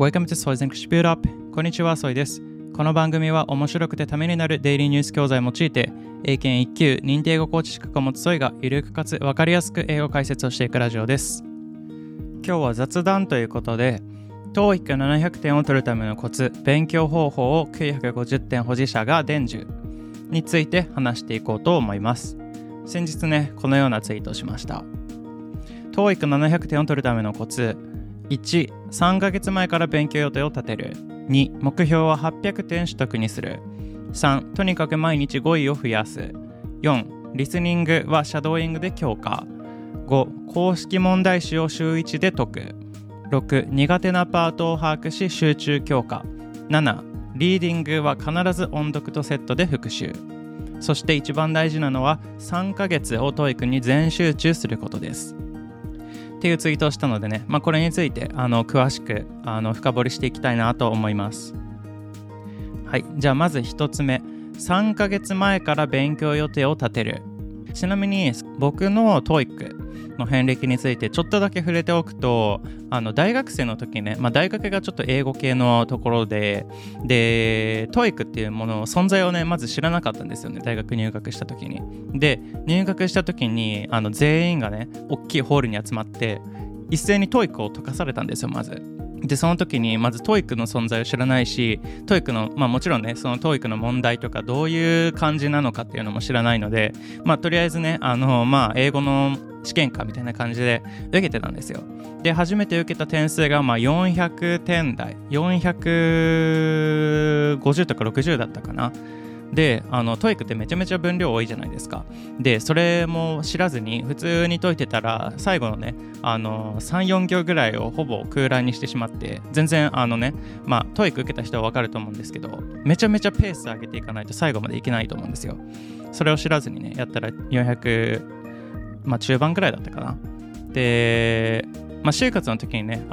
Welcome to Soy's English Build Up。こんにちは、ソイです。この番組は面白くてためになるデイリーニュース教材を用いて、英検1級認定英語コーチ資格を持つソイがゆるくかつ分かりやすく英語解説をしていくラジオです。今日は雑談ということで、TOEIC700 点を取るためのコツ、勉強方法を950点保持者が伝授について話していこうと思います。先日ね、このようなツイートをしました。TOEIC700 点を取るためのコツ、1、3ヶ月前から勉強予定を立てる。2、目標は800点取得にする。3、とにかく毎日語彙を増やす。4、リスニングはシャドーイングで強化。5、公式問題集を週1で解く。6、苦手なパートを把握し集中強化。7、リーディングは必ず音読とセットで復習。そして一番大事なのは3ヶ月を TOEIC に全集中することです。っていうツイートをしたのでね、これについて詳しく深掘りしていきたいなと思います。はい、じゃあまず1つ目、3ヶ月前から勉強予定を立てる。ちなみに僕の TOEIC の遍歴についてちょっとだけ触れておくと、大学生の時ね、大学がちょっと英語系のところで TOEIC っていうものの存在をねまず知らなかったんですよね、大学入学した時に。で、入学した時に全員がね大きいホールに集まって一斉に TOEIC を解かされたんですよ。まずで、その時にまず TOEIC の存在を知らないし、 TOEIC のもちろんね、その TOEIC の問題とかどういう感じなのかっていうのも知らないので、とりあえずね英語の試験かみたいな感じで受けてたんですよ。で、初めて受けた点数が400点台、450とか60だったかな。で、TOEIC ってめちゃめちゃ分量多いじゃないですか。で、それも知らずに普通に解いてたら、最後のね3、4行ぐらいをほぼ空欄にしてしまって、全然TOEIC 受けた人は分かると思うんですけど、めちゃめちゃペース上げていかないと最後までいけないと思うんですよ。それを知らずにねやったら400、中盤ぐらいだったかな。で、就活の時にね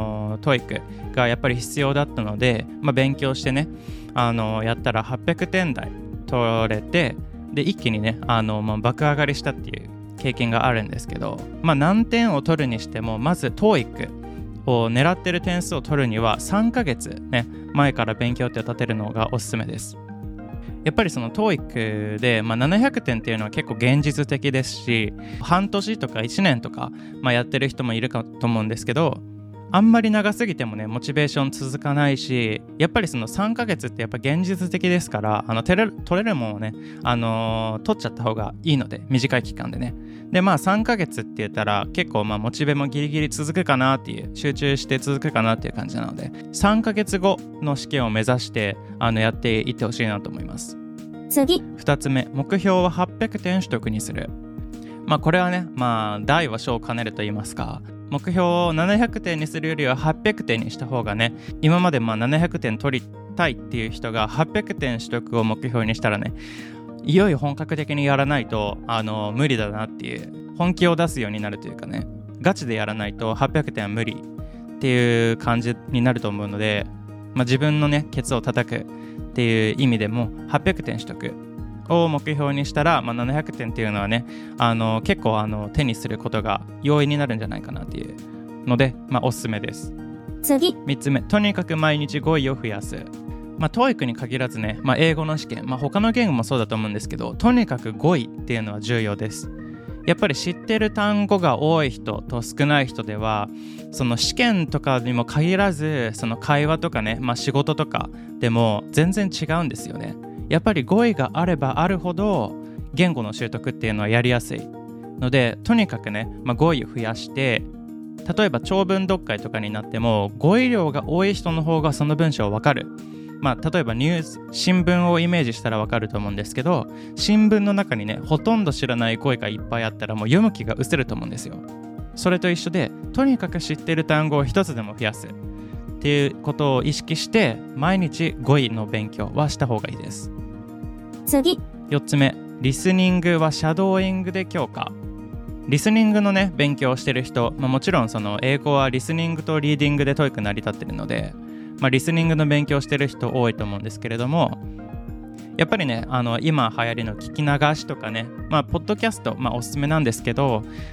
TOEIC がやっぱり必要だったので、勉強してねやったら800点台取れて、で一気にね爆上がりしたっていう経験があるんですけど、何点を取るにしてもまず TOEIC を狙ってる点数を取るには3ヶ月ね前から勉強って立てるのがおすすめです。やっぱりその TOEIC で、700点っていうのは結構現実的ですし、半年とか1年とか、やってる人もいるかと思うんですけど、あんまり長すぎてもねモチベーション続かないし、やっぱりその3ヶ月ってやっぱ現実的ですから、取れるもんをね取っちゃった方がいいので、短い期間でね。で3ヶ月って言ったら結構モチベもギリギリ続くかなっていう、集中して続くかなっていう感じなので、3ヶ月後の試験を目指してやっていってほしいなと思います。 次、 2つ目、目標は800点取得にする。これはね大は小を兼ねると言いますか、目標を700点にするよりは800点にした方がね、今まで700点取りたいっていう人が800点取得を目標にしたらね、いよいよ本格的にやらないと無理だなっていう、本気を出すようになるというかね、ガチでやらないと800点は無理っていう感じになると思うので、自分のねケツを叩くっていう意味でも800点取得を目標にしたら、700点っていうのはね結構手にすることが容易になるんじゃないかなっていうので、おすすめです。 次、 3つ目、とにかく毎日語彙を増やす。TOEIC に限らずね、英語の試験、他の言語もそうだと思うんですけど、とにかく語彙っていうのは重要です。やっぱり知ってる単語が多い人と少ない人では、その試験とかにも限らず、その会話とかね、仕事とかでも全然違うんですよね。やっぱり語彙があればあるほど言語の習得っていうのはやりやすいので、とにかくね、語彙を増やして、例えば長文読解とかになっても語彙量が多い人の方がその文章わかる。例えばニュース、新聞をイメージしたらわかると思うんですけど、新聞の中にねほとんど知らない語彙がいっぱいあったらもう読む気が失せると思うんですよ。それと一緒で、とにかく知ってる単語を一つでも増やすっていうことを意識して毎日語彙の勉強はした方がいいです。 次、 4つ目、リスニングはシャドーイングで強化。リスニングのね勉強をしてる人、もちろんその英語はリスニングとリーディングで TOEIC 成り立ってるので、リスニングの勉強をしてる人多いと思うんですけれども、やっぱりね今流行りの聞き流しとかね、ポッドキャスト、おすすめなんですけど、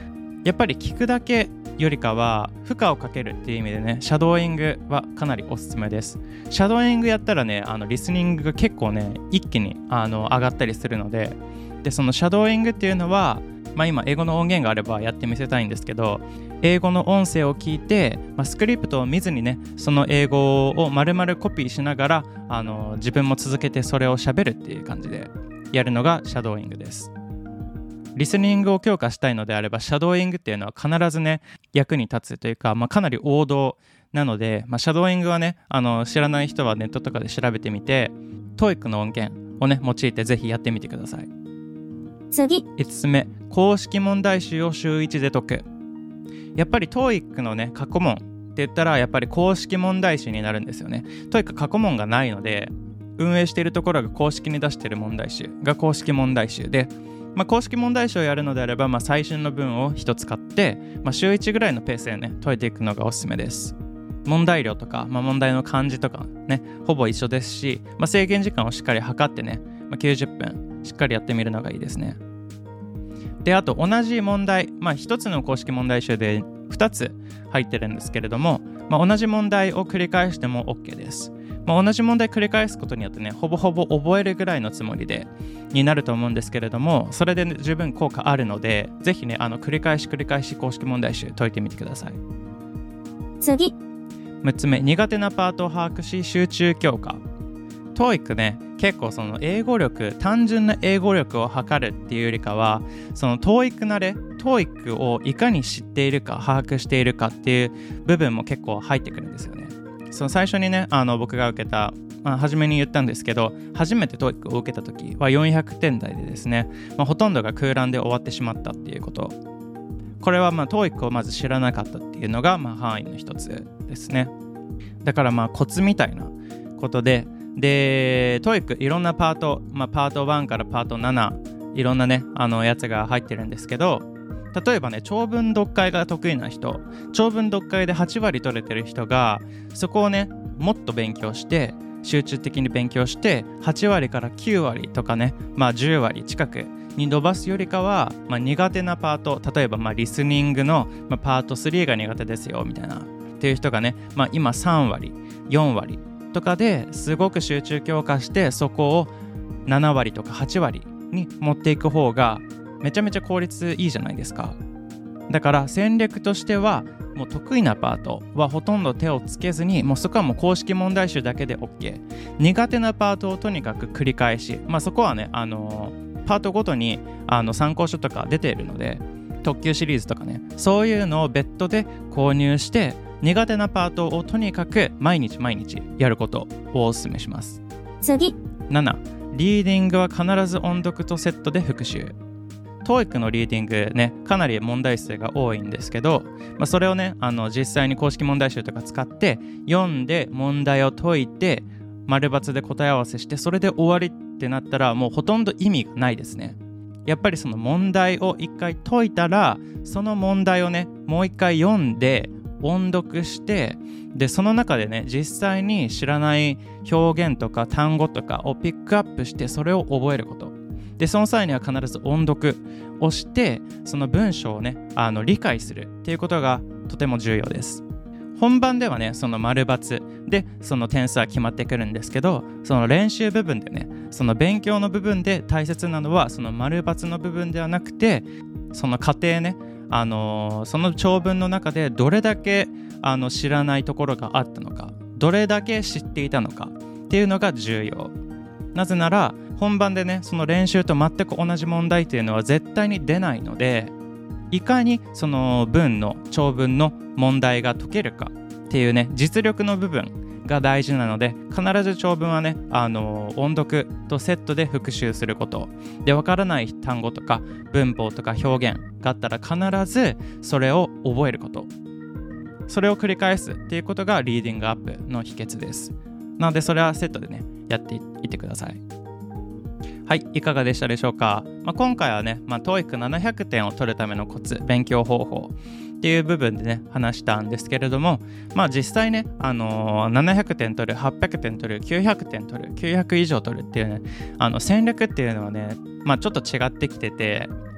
やっぱり聞くだけよりかは負荷をかけるっていう意味でね、シャドーイングはかなりおすすめです。シャドーイングやったらね、リスニングが結構ね一気に上がったりするので、そのシャドーイングっていうのは、今英語の音源があればやってみせたいんですけど、英語の音声を聞いて、スクリプトを見ずにね、その英語を丸々コピーしながら自分も続けてそれを喋るっていう感じでやるのがシャドーイングです。リスニングを強化したいのであれば、シャドーイングっていうのは必ずね役に立つというか、かなり王道なので、シャドーイングはね知らない人はネットとかで調べてみて、TOEIC の音源をね用いてぜひやってみてください。 次。 5つ目、公式問題集を週1で解く。やっぱり TOEIC のね過去問って言ったらやっぱり公式問題集になるんですよね。TOEIC 過去問がないので、運営しているところが公式に出している問題集が公式問題集で、公式問題集をやるのであれば、最新の文を1つ買って、週1ぐらいのペースでね解いていくのがおすすめです。問題量とか、問題の漢字とかねほぼ一緒ですし、制限時間をしっかり測ってね、90分しっかりやってみるのがいいですね。で、あと同じ問題、1つの公式問題集で2つ入ってるんですけれども、同じ問題を繰り返しても OK です。同じ問題繰り返すことによってね、ほぼほぼ覚えるぐらいのつもりでになると思うんですけれども、それで、ね、十分効果あるので、ぜひね繰り返し公式問題集解いてみてください。 次。 6つ目、苦手なパートを把握し集中強化。TOEIC ね、結構その英語力、単純な英語力を測るっていうよりかは、その TOEIC 慣れ、TOEIC をいかに知っているか把握しているかっていう部分も結構入ってくるんですよね。その最初にね僕が受けた、初めに言ったんですけど、初めて TOEIC を受けた時は400点台でですね、ほとんどが空欄で終わってしまったっていうこと。これはTOEIC をまず知らなかったっていうのが範囲の一つですね。だからコツみたいなことで、TOEIC いろんなパート、パート1からパート7、いろんなねやつが入ってるんですけど、例えばね、長文読解が得意な人、長文読解で8割取れてる人が、そこをねもっと勉強して集中的に勉強して8割から9割とかね、10割近くに伸ばすよりかは、苦手なパート、例えばリスニングの、パート3が苦手ですよみたいなっていう人がね、今3割4割とかですごく集中強化して、そこを7割とか8割に持っていく方がめちゃめちゃ効率いいじゃないですか。だから戦略としては、もう得意なパートはほとんど手をつけずに、もうそこはもう公式問題集だけで OK。 苦手なパートをとにかく繰り返し、そこはねパートごとに参考書とか出ているので、特級シリーズとかね、そういうのを別途で購入して、苦手なパートをとにかく毎日やることをお勧めします。 次。 7、リーディングは必ず音読とセットで復習。TOEIC のリーディングね、かなり問題数が多いんですけど、それをね実際に公式問題集とか使って読んで問題を解いて丸×で答え合わせして、それで終わりってなったらもうほとんど意味がないですね。やっぱりその問題を一回解いたら、その問題をねもう一回読んで音読して、でその中でね実際に知らない表現とか単語とかをピックアップして、それを覚えることで、その際には必ず音読をして、その文章をね理解するっていうことがとても重要です。本番ではねその丸×でその点数は決まってくるんですけど、その練習部分でね、その勉強の部分で大切なのはその丸×の部分ではなくて、その過程ね、その長文の中でどれだけ知らないところがあったのか、どれだけ知っていたのかっていうのが重要。なぜなら本番でねその練習と全く同じ問題っていうのは絶対に出ないので、いかにその長文の問題が解けるかっていうね実力の部分が大事なので、必ず長文はね音読とセットで復習することで、わからない単語とか文法とか表現があったら必ずそれを覚えること、それを繰り返すっていうことがリーディングアップの秘訣です。なのでそれはセットでねやっていってください。はい、いかがでしたでしょうか。今回はね、TOEIC700 点を取るためのコツ、勉強方法っていう部分でね話したんですけれども、実際ね、700点取る、800点取る、900点取る、900以上取るっていうね戦略っていうのはね、ちょっと違ってきてて、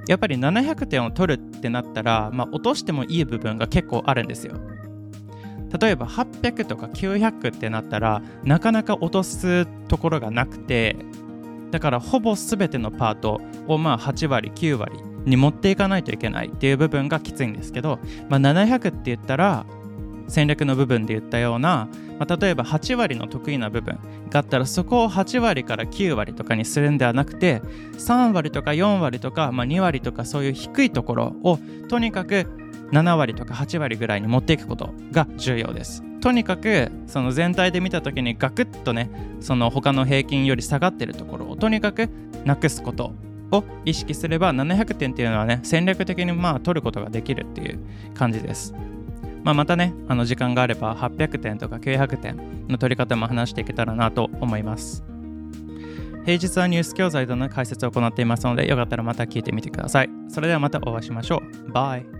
やっぱり700点を取るってなったら、落としてもいい部分が結構あるんですよ。例えば800とか900ってなったらなかなか落とすところがなくて、だからほぼ全てのパートを8割9割に持っていかないといけないっていう部分がきついんですけど、700って言ったら戦略の部分で言ったような、例えば8割の得意な部分があったらそこを8割から9割とかにするんではなくて、3割とか4割とか、2割とかそういう低いところをとにかく7割とか8割ぐらいに持っていくことが重要です。とにかくその全体で見た時にガクッとね、その他の平均より下がってるところをとにかくなくすことを意識すれば、700点っていうのはね、戦略的に取ることができるっていう感じです。またね、時間があれば800点とか900点の取り方も話していけたらなと思います。平日はニュース教材との解説を行っていますので、よかったらまた聞いてみてください。それではまたお会いしましょう。バイ。